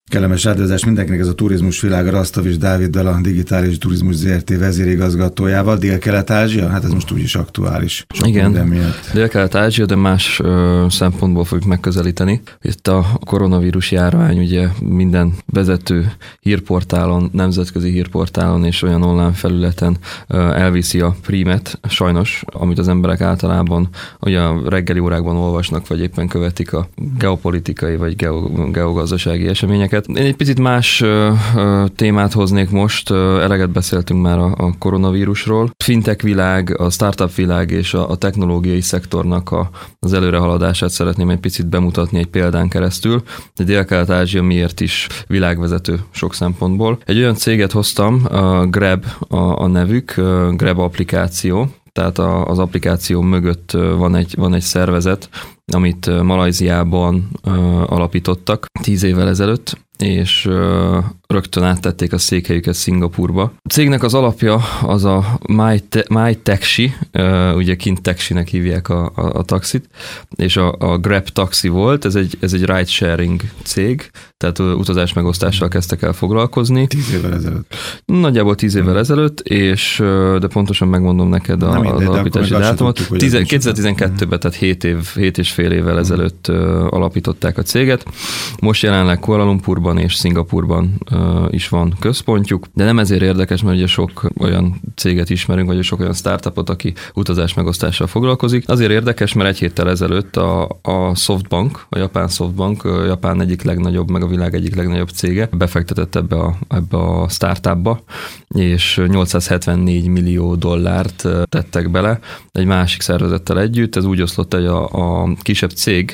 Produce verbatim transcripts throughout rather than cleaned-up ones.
Kellemes rádiózás mindenkinek, ez a Turizmus világa Rasztavics Dáviddal, a Digitális Turizmus zé er té vezérigazgatójával. Dél-Kelet-Ázsia? Hát ez most úgyis aktuális. Sok Igen, Dél-Kelet-Ázsia, de más ö, szempontból fogjuk megközelíteni. Itt a koronavírus járvány ugye minden vezető hírportálon, nemzetközi hírportálon és olyan online felületen ö, elviszi a prímet, sajnos, amit az emberek általában ugye a reggeli órákban olvasnak, vagy éppen követik a geopolitikai vagy geo, geogazdasági eseményeket. Én egy picit más ö, ö, témát hoznék most, ö, eleget beszéltünk már a, a koronavírusról. Fintech világ, a startup világ és a, a technológiai szektornak a, az előrehaladását szeretném egy picit bemutatni egy példán keresztül. De Dél-Kelet-Ázsia miért is világvezető sok szempontból. Egy olyan céget hoztam, a Grab a, a nevük, a Grab applikáció, tehát a, az applikáció mögött van egy, van egy szervezet, amit Malajziában uh, alapítottak tíz évvel ezelőtt, és uh, rögtön áttették a székhelyüket Szingapúrba. A cégnek az alapja az a My, Te- My Taxi, uh, ugye kint taxinek hívják a, a, a taxit, és a, a Grab Taxi volt, ez egy, ez egy ride-sharing cég, tehát utazás megosztással kezdtek el foglalkozni. Tíz évvel ezelőtt. Nagyjából tíz évvel hmm. ezelőtt, és de pontosan megmondom neked a, az alapítási dátumot. kétezer-tizenkettőben, tehát hét év, hét és fél évvel hmm. ezelőtt uh, alapították a céget. Most jelenleg Kuala Lumpurban és Szingapúrban uh, is van központjuk, de nem ezért érdekes, mert ugye sok olyan céget ismerünk, vagy sok olyan startupot, aki utazás megosztással foglalkozik. Azért érdekes, mert egy héttel ezelőtt a, a Softbank, a japán Softbank, a Japán egyik legnagyobb, meg a világ egyik legnagyobb cége befektetett ebbe a, ebbe a startupba, és nyolcszázhetvennégy millió dollárt tettek bele egy másik szervezettel együtt. Ez úgy oszlott, hogy a, a kisebb cég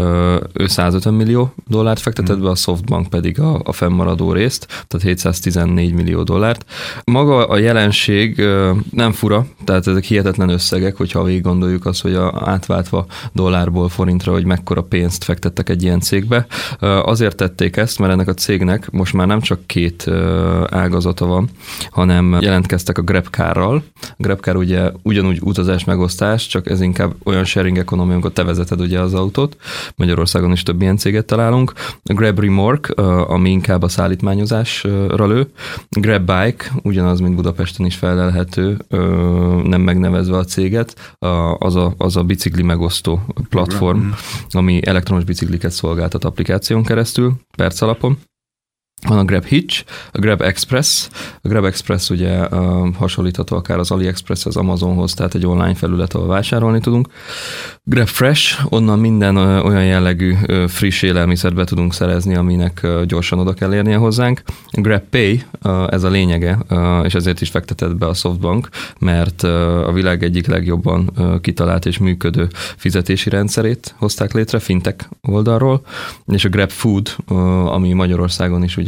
ő százötven millió dollárt fektetett be, a Softbank pedig a, a fennmaradó részt, tehát hétszáztizennégy millió dollárt. Maga a jelenség nem fura, tehát ezek hihetetlen összegek, hogyha végig gondoljuk azt, hogy a, átváltva dollárból forintra, hogy mekkora pénzt fektettek egy ilyen cégbe. Azért tették ezt, mert ennek a cégnek most már nem csak két ágazata van, hanem jelentkeztek a GrabCar-ral. A GrabCar ugye ugyanúgy utazás megosztás, csak ez inkább olyan sharing economy, amikor te vezeted ugye az autót. Magyarországon is több ilyen céget találunk. A Grab Remorque, ami inkább a szállítmányozásra lő. Grab Bike, ugyanaz, mint Budapesten is felelhető, nem megnevezve a céget. Az a, az a bicikli megosztó platform, ami elektromos bicikliket szolgáltat applikáción keresztül, perc alapon. Van a Grab Hitch, a Grab Express. A Grab Express ugye uh, hasonlítható akár az AliExpress az Amazonhoz, tehát egy online felület, ahol vásárolni tudunk. Grab Fresh, onnan minden uh, olyan jellegű uh, friss élelmiszert be tudunk szerezni, aminek uh, gyorsan oda kell érnie hozzánk. Grab Pay, uh, ez a lényege, uh, és ezért is fektetett be a Softbank, mert uh, a világ egyik legjobban uh, kitalált és működő fizetési rendszerét hozták létre fintech oldalról, és a Grab Food, uh, ami Magyarországon is ugye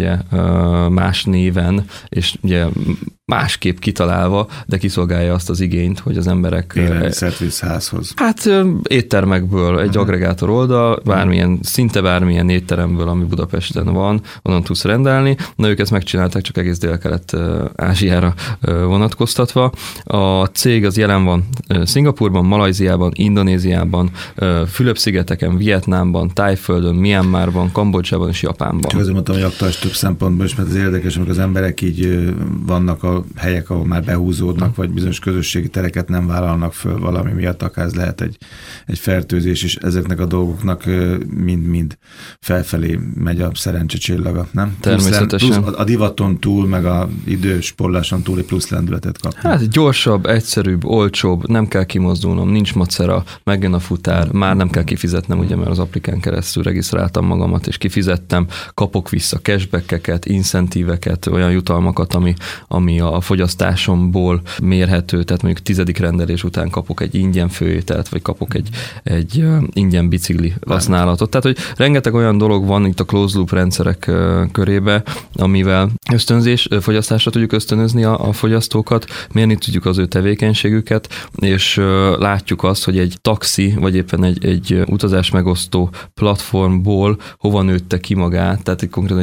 más néven, és ugye másképp kitalálva, de kiszolgálja azt az igényt, hogy az emberek... Élelmiszert visz házhoz. Hát éttermekből, egy uh-huh. agregátor oldal, bármilyen, szinte bármilyen étteremből, ami Budapesten van, onnan tudsz rendelni. Na, ők ezt megcsinálták, csak egész Dél-Kelet-Ázsiára vonatkoztatva. A cég az jelen van Szingapúrban, Malajziában, Indonéziában, Fülöp-szigeteken, Vietnámban, Tájföldön, Myanmarban, Kambodzsában és Japánban. Csak azért mondtam, hogy aktuális több szempontból is, mert az érdekes, amikor az emberek így vannak a helyek, ahol már behúzódnak, vagy bizonyos közösségi tereket nem vállalnak föl valami miatt, akár ez lehet egy, egy fertőzés, és ezeknek a dolgoknak mind-mind felfelé megy a szerencse csillaga, nem? Természetesen. Plusz, plusz a divaton túl, meg a időspórláson túl egy plusz lendületet kap. Hát gyorsabb, egyszerűbb, olcsóbb, nem kell kimozdulnom, nincs macera, megjön a futár, már nem kell kifizetnem, ugye, mert az applikán keresztül regisztráltam magamat, és kifizettem, kapok vissza cashbackeket, incentíveket, olyan jutalmakat, ami, ami a fogyasztásomból mérhető, tehát mondjuk tizedik rendelés után kapok egy ingyen főételt, vagy kapok egy, egy ingyen bicikli használatot. Tehát, hogy rengeteg olyan dolog van itt a closed loop rendszerek körébe, amivel ösztönzés, fogyasztásra tudjuk ösztönözni a, a fogyasztókat, mérni tudjuk az ő tevékenységüket, és látjuk azt, hogy egy taxi, vagy éppen egy, egy utazás megosztó platformból hova nőtte ki magát, tehát egy konkrétan egy digitális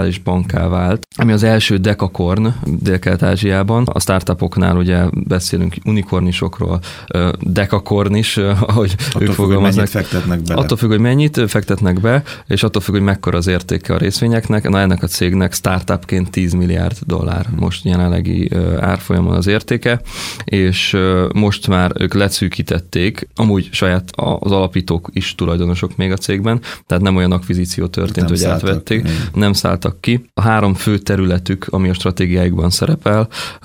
digitális bankká vált, ami az első dekakorn Dél-Kelet-Ázsiában. A startupoknál ugye beszélünk unikornisokról, dekakorn is, ahogy attól ők függ, fogalmaznak. Fektetnek bele. Attól függ, hogy mennyit fektetnek be, és attól függ, hogy mekkora az értéke a részvényeknek. Na, ennek a cégnek startupként tíz milliárd dollár most jelenlegi árfolyamon az értéke, és most már ők lecszűkítették, amúgy saját az alapítók is tulajdonosok még a cégben, tehát nem olyan akvizíció történt, nem hogy átvették, még. nem szálltak ki. A három fő területük, ami a stratégiáikban szerepel,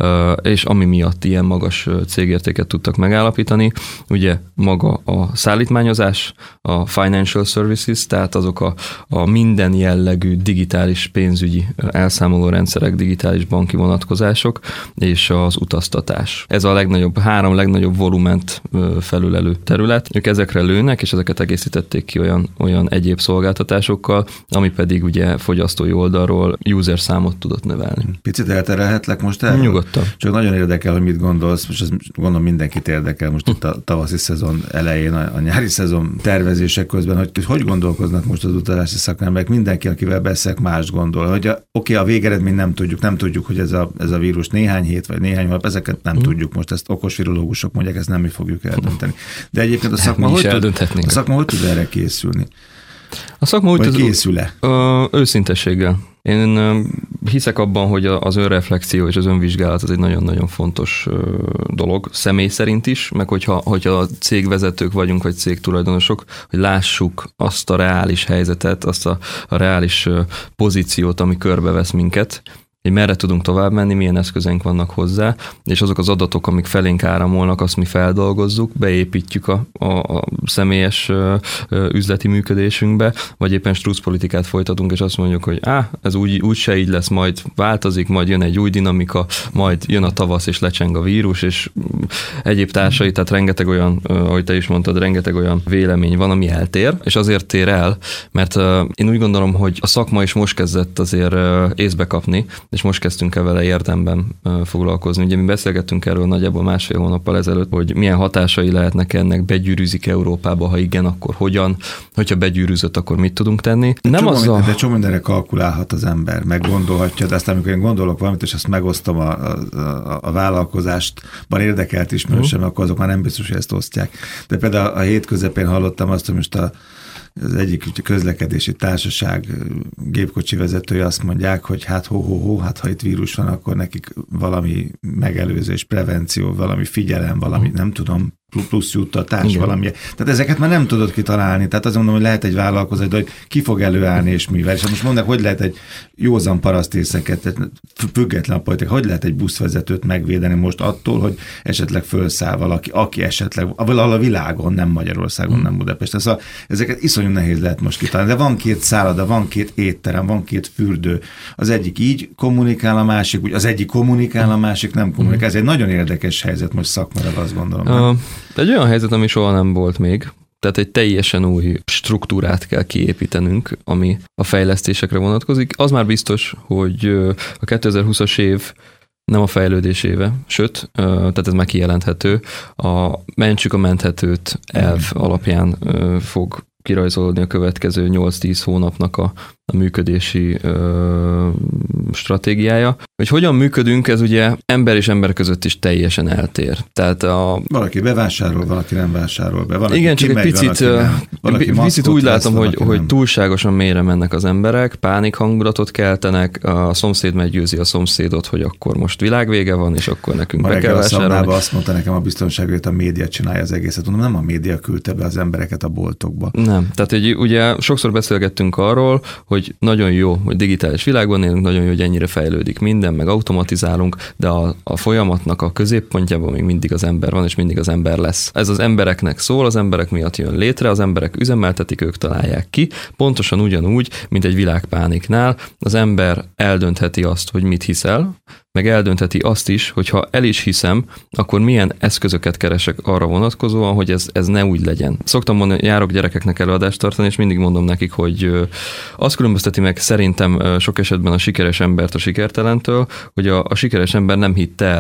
és ami miatt ilyen magas cégértéket tudtak megállapítani, ugye maga a szállítmányozás, a financial services, tehát azok a, a minden jellegű digitális pénzügyi elszámoló rendszerek, digitális banki vonatkozások, és az utaztatás. Ez a legnagyobb, három legnagyobb volument felülelő terület. Ők ezekre lőnek, és ezeket egészítették ki olyan, olyan egyéb szolgáltatásokkal, ami pedig ugye fogyasztói oldalról user számot tudott növelni. Picit elterelhetlek most el? Nyugodtan. Csak nagyon érdekel, hogy mit gondolsz, most ez gondolom mindenkit érdekel most itt a tavaszi szezon elején, a, a nyári szezon tervezések közben, hogy hogy gondolkoznak most az utazási szakemberek, mindenki, akivel beszélek, más gondol. Hogy a, oké, a végeredményt nem tudjuk, nem tudjuk, hogy ez a, ez a vírus néhány hét vagy néhány hónap, ezeket nem hmm. tudjuk most, ezt okos virológusok mondják, ezt nem mi fogjuk eldönteni. De egyébként a szakma, hogy tud, a szakma hogy tud erre készülni? A szakma úgy tud, készül-e? Ö, őszintességgel. Én hiszek abban, hogy az önreflexió és az önvizsgálat az egy nagyon-nagyon fontos dolog, személy szerint is, meg hogyha, hogyha cégvezetők vagyunk, vagy cégtulajdonosok, hogy lássuk azt a reális helyzetet, azt a, a reális pozíciót, ami körbevesz minket, hogy merre tudunk tovább menni, milyen eszközeink vannak hozzá, és azok az adatok, amik felénk áramolnak, azt mi feldolgozzuk, beépítjük a, a, a személyes üzleti működésünkbe, vagy éppen struccpolitikát folytatunk, és azt mondjuk, hogy á, ez úgy, úgy se így lesz, majd változik, majd jön egy új dinamika, majd jön a tavasz, és lecseng a vírus, és egyéb társai, tehát rengeteg olyan, ahogy te is mondtad, rengeteg olyan vélemény van, ami eltér, és azért tér el, mert én úgy gondolom, hogy a szakma is most kezdett azért észbe kapni, és most kezdtünk el vele érdemben foglalkozni. Ugye mi beszélgettünk erről nagyjából másfél hónappal ezelőtt, hogy milyen hatásai lehetnek ennek, begyűrűzik Európába, ha igen, akkor hogyan, hogyha begyűrűzött, akkor mit tudunk tenni. De Nem csomó, azzal... De csomó mindenre kalkulálhat az ember, meggondolhatja, de aztán amikor én gondolok valamit, és azt megosztom a, a, a vállalkozástban érdekelt ismerősöm, uh-huh. akkor azok már nem biztos, hogy ezt osztják. De például a hét közepén hallottam azt, hogy most a az egyik közlekedési társaság gépkocsi vezetője azt mondják, hogy hát ho-ho-ho, hát ha itt vírus van, akkor nekik valami megelőzés, prevenció, valami figyelem, valami, nem tudom, plusz juttatás, igen. valami. Tehát ezeket már nem tudod kitalálni. Tehát azt mondom, hogy lehet egy vállalkozás, de hogy ki fog előállni és mivel. És most mondják, hogy lehet egy józan parasztészeket, független a politika, hogy lehet egy buszvezetőt megvédeni most attól, hogy esetleg felszáll valaki, aki esetleg, valahol a világon, nem Magyarországon, hmm. nem Budapesten. Szóval ezeket iszonyú nehéz lehet most kitalálni. De van két szálloda, van két étterem, van két fürdő. Az egyik így kommunikál, a másik úgy, az egyik kommunikál, a másik nem kommunikál. Ez egy nagyon érdekes helyzet most szakmailag, azt gondolom. Uh, egy olyan helyzet, ami soha nem volt még. Tehát egy teljesen új struktúrát kell kiépítenünk, ami a fejlesztésekre vonatkozik. Az már biztos, hogy a kétezer-húszas év nem a fejlődés éve, sőt, tehát ez már kijelenthető. A mentsük a menthetőt elv alapján fog kirajzolódni a következő nyolc-tíz hónapnak a, a működési ö, stratégiája. Hogy hogyan működünk, ez ugye ember és ember között is teljesen eltér. Tehát a... Valaki bevásárol, valaki nem vásárol be. Valaki igen, csak kimegy, egy picit, valaki nem, valaki picit úgy látom, lesz, hogy, hogy túlságosan mélyre mennek az emberek, pánik hangulatot keltenek, a szomszéd meggyőzi a szomszédot, hogy akkor most világvége van, és akkor nekünk ma be kell vásárolni. azt mondta nekem a biztonságért, a média csinálja az egészet. Mondom, nem a média küldte be az embereket a boltokba. Nem. Tehát egy, ugye sokszor beszélgettünk arról, hogy nagyon jó, hogy digitális világban élünk, nagyon jó, hogy ennyire fejlődik minden, meg automatizálunk, de a, a folyamatnak a középpontjában még mindig az ember van, és mindig az ember lesz. Ez az embereknek szól, az emberek miatt jön létre, az emberek üzemeltetik, ők találják ki. Pontosan ugyanúgy, mint egy világpániknál, az ember eldöntheti azt, hogy mit hiszel, meg eldöntheti azt is, hogy ha el is hiszem, akkor milyen eszközöket keresek arra vonatkozóan, hogy ez, ez ne úgy legyen. Szoktam mondani, járok gyerekeknek előadást tartani, és mindig mondom nekik, hogy azt különbözteti meg szerintem sok esetben a sikeres embert a sikertelentől, hogy a, a sikeres ember nem hitt el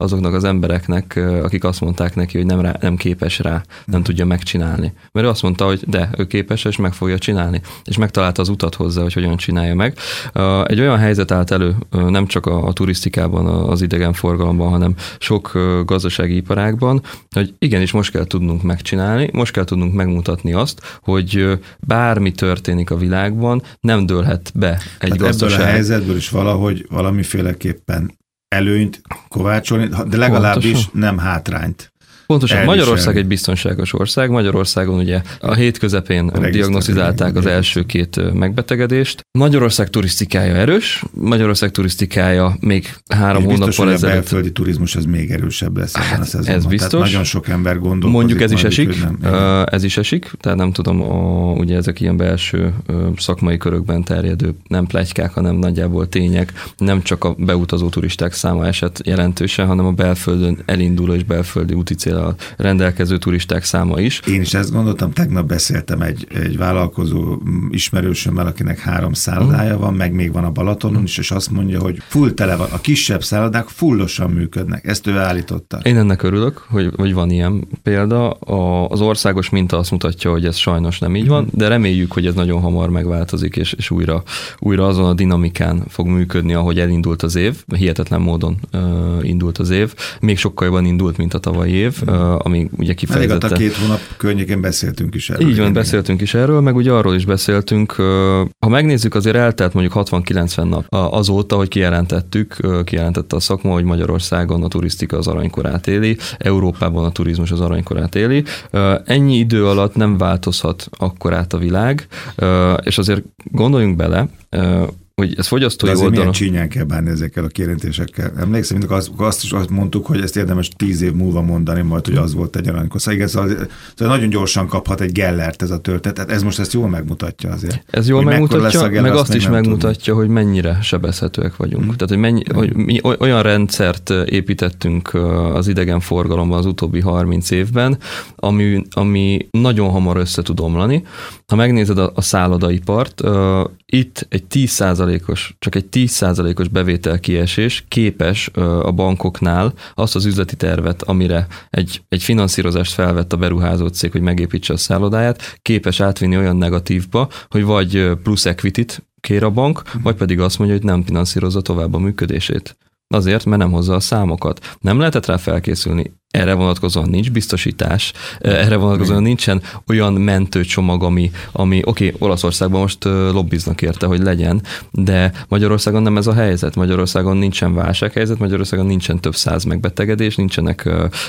azoknak az embereknek, akik azt mondták neki, hogy nem, rá, nem képes rá, nem tudja megcsinálni. Mert ő azt mondta, hogy de, ő képes, és meg fogja csinálni. És megtalálta az utat hozzá, hogy hogyan csinálja meg. Egy olyan helyzet állt elő, nem csak a, a turisztikában, az idegenforgalomban, hanem sok gazdasági iparágban, hogy igenis most kell tudnunk megcsinálni, most kell tudnunk megmutatni azt, hogy bármi történik a világban, nem dőlhet be egy hát gazdaság. Ebből a helyzetből is valahogy valamiféleképpen előnyt kovácsolni, de legalábbis Pontosan. nem hátrányt. Pontosan. Elviselni. Magyarország egy biztonságos ország. Magyarországon ugye a hét közepén diagnosztizálták az első két megbetegedést. Magyarország turisztikája erős, Magyarország turisztikája még három hónappal ezelőtt. Biztos, hogy a belföldi turizmus az még erősebb lesz ebben a szezonban. Ez biztos. Tehát nagyon sok ember gondolkozik. Mondjuk ez is esik, itt, ez is esik, tehát nem tudom, a, ugye ezek ilyen belső szakmai körökben terjedő, nem pletykák, hanem nagyjából tények, nem csak a beutazó turisták száma esett jelentősen, hanem a belföldön elinduló és belföldi úti cél a rendelkező turisták száma is. Én is ezt gondoltam, tegnap beszéltem egy, egy vállalkozó ismerősömmel, akinek három szállodája van, meg még van a Balatonon is, és azt mondja, hogy full tele van, a kisebb szállodák fullosan működnek. Ezt ő állította. Én ennek örülök, hogy, hogy van ilyen példa. A, az országos minta azt mutatja, hogy ez sajnos nem így van, de reméljük, hogy ez nagyon hamar megváltozik, és, és újra, újra azon a dinamikán fog működni, ahogy elindult az év. Hihetetlen módon uh, indult az év. Még sokkal jobban indult, mint a tavalyi év. Ami ugye kifejezetten... Elég a két hónap környékén beszéltünk is erről. Így van, beszéltünk is erről, meg ugye arról is beszéltünk. Ha megnézzük, azért eltelt mondjuk hatvan-kilencven nap azóta, hogy kijelentettük, kijelentette a szakma, hogy Magyarországon a turisztika az aranykorát éli, Európában a turizmus az aranykorát éli. Ennyi idő alatt nem változhat akkorát a világ, és azért gondoljunk bele, hogy ez fogyasztói oldalon... De oldalon... milyen csínyán kell bánni ezekkel a kijelentésekkel. Emlékszem, mindig azt, azt is azt mondtuk, hogy ezt érdemes tíz év múlva mondani majd, hogy az volt egy aranykor. Szóval, igen, szóval, szóval nagyon gyorsan kaphat egy Gellert ez a történet. Tehát ez most ezt jól megmutatja azért. Ez jól megmutatja, Geller, meg azt azt is megmutatja, tudom. hogy mennyire sebezhetőek vagyunk. Hmm. Tehát, hogy, mennyi, hmm. hogy mi olyan rendszert építettünk az idegenforgalomban az utóbbi harminc évben, ami, ami nagyon hamar össze tud omlani. Ha megnézed a, a szállodaipart, uh, itt egy tíz százalékos, csak egy tíz százalékos bevételkiesés képes uh, a bankoknál azt az üzleti tervet, amire egy, egy finanszírozást felvett a beruházó cég, hogy megépítse a szállodáját, képes átvinni olyan negatívba, hogy vagy plusz equity-t kér a bank, uh-huh. vagy pedig azt mondja, hogy nem finanszírozza tovább a működését. Azért, mert nem hozza a számokat. Nem lehetett rá felkészülni. Erre vonatkozóan nincs biztosítás, erre vonatkozóan nincsen olyan mentőcsomag, ami, ami oké, okay, Olaszországban most lobbiznak érte, hogy legyen, de Magyarországon nem ez a helyzet. Magyarországon nincsen válsághelyzet, Magyarországon nincsen több száz megbetegedés, nincsenek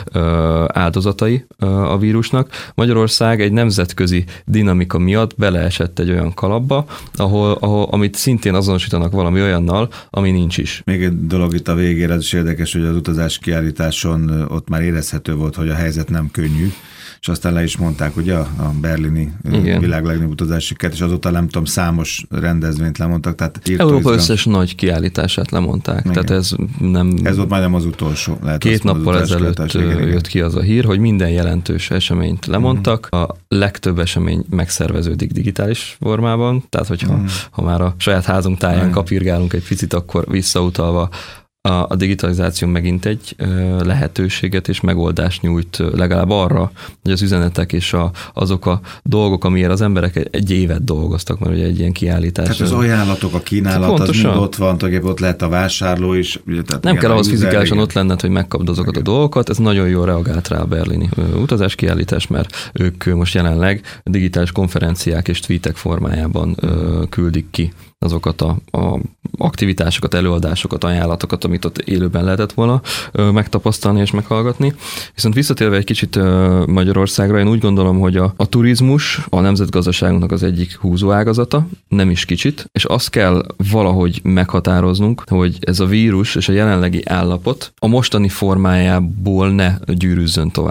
áldozatai a vírusnak. Magyarország egy nemzetközi dinamika miatt beleesett egy olyan kalapba, ahol, ahol amit szintén azonosítanak valami olyannal, ami nincs is. Még egy dolog itt a végére, ez is érdekes, hogy az utazás kiállításon ott már érezhető volt, hogy a helyzet nem könnyű, és aztán le is mondták, ugye, a berlini Igen. világ legnagyobb utazási sikert, és azóta nem tudom, számos rendezvényt lemondtak. Tehát Európa izgalom. összes nagy kiállítását lemondták, Igen. tehát ez nem... Ez volt majdnem az utolsó. Lehet Két nappal ezelőtt jött ki az a hír, hogy minden jelentős eseményt lemondtak, uh-huh. a legtöbb esemény megszerveződik digitális formában, tehát hogyha uh-huh. ha már a saját házunk táján uh-huh. kapirgálunk egy picit, akkor visszautalva A, a digitalizáció megint egy ö, lehetőséget és megoldást nyújt legalább arra, hogy az üzenetek és a, azok a dolgok, amiért az emberek egy évet dolgoztak, mert ugye egy ilyen kiállítás. Tehát az ajánlatok, a kínálat, az mind ott van, tulajdonképpen ott lehet a vásárló is. Tehát nem kell ahhoz fizikálisan ott lenned, hogy megkapd azokat igen. a dolgokat, ez nagyon jól reagált rá a berlini utazás kiállítás, mert ők most jelenleg digitális konferenciák és tweetek formájában ö, küldik ki azokat a, a aktivitásokat, előadásokat, ajánlatokat, amit ott élőben lehetett volna ö, megtapasztalni és meghallgatni. Viszont visszatérve egy kicsit ö, Magyarországra, én úgy gondolom, hogy a, a turizmus a nemzetgazdaságunknak az egyik húzóágazata, nem is kicsit, és azt kell valahogy meghatároznunk, hogy ez a vírus és a jelenlegi állapot a mostani formájából ne gyűrűzzön tovább.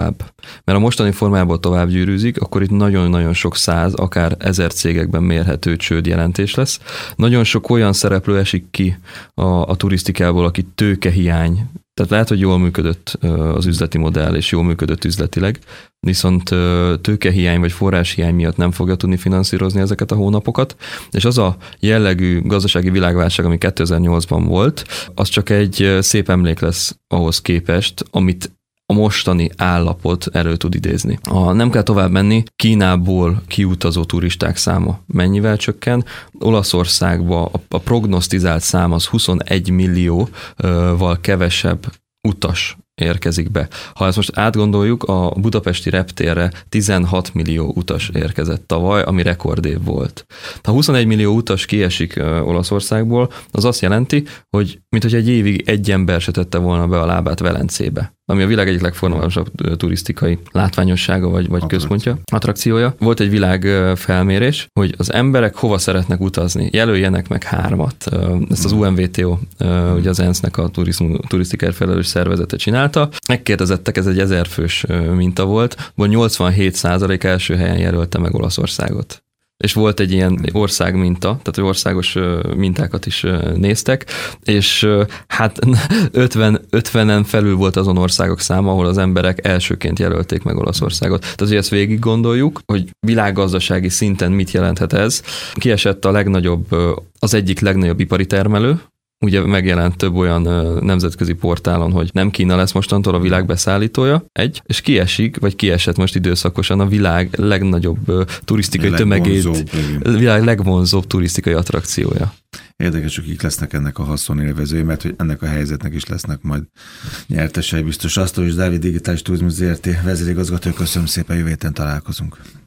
Mert a mostani formából tovább gyűrűzik, akkor itt nagyon-nagyon sok száz, akár ezer cégekben mérhető csődjelentés lesz. Nagyon sok olyan szereplő esik ki a, a turisztikából, aki tőkehiány. Tehát lehet, hogy jól működött az üzleti modell, és jól működött üzletileg, viszont tőkehiány vagy forráshiány miatt nem fogja tudni finanszírozni ezeket a hónapokat, és az a jellegű gazdasági világválság, ami kétezer-nyolcban volt, az csak egy szép emlék lesz ahhoz képest, amit a mostani állapot elő tud idézni. Ha nem kell tovább menni, Kínából kiutazó turisták száma mennyivel csökken? Olaszországba a, a prognosztizált szám az huszonegy millióval kevesebb utas érkezik be. Ha ezt most átgondoljuk, a budapesti reptérre tizenhat millió utas érkezett tavaly, ami rekordév volt. Ha huszonegy millió utas kiesik Olaszországból, az azt jelenti, hogy minthogy egy évig egy ember se tette volna be a lábát Velencébe, ami a világ egyik legformálisabb turisztikai látványossága vagy, vagy központja, attrakciója. Volt egy világ felmérés, hogy az emberek hova szeretnek utazni. Jelöljenek meg hármat. Ezt az u en vé té o, ugye az ENSZ-nek a turisztikáért felelős szervezete csinálta. Megkérdezettek, ez egy ezerfős minta volt, abból nyolcvanhét százalék első helyen jelölte meg Olaszországot. És volt egy ilyen ország minta, tehát országos mintákat is néztek, és hát ötven, ötvenen felül volt azon országok száma, ahol az emberek elsőként jelölték meg Olaszországot. Tehát, hogy ezt végig gondoljuk, hogy világgazdasági szinten mit jelenthet ez. Kiesett a legnagyobb, az egyik legnagyobb ipari termelő, ugye megjelent több olyan nemzetközi portálon, hogy nem Kína lesz mostantól a világ beszállítója, egy, és kiesik, vagy kiesett most időszakosan a világ legnagyobb turisztikai tömegét, világ legvonzóbb turisztikai attrakciója. Érdekes, hogy kik lesznek ennek a haszonélvezői, mert hogy ennek a helyzetnek is lesznek majd nyertesei. Biztos Asztós Dávid Digitális Turizmus zé er té vezérigazgató, köszönöm szépen, jövő héten találkozunk.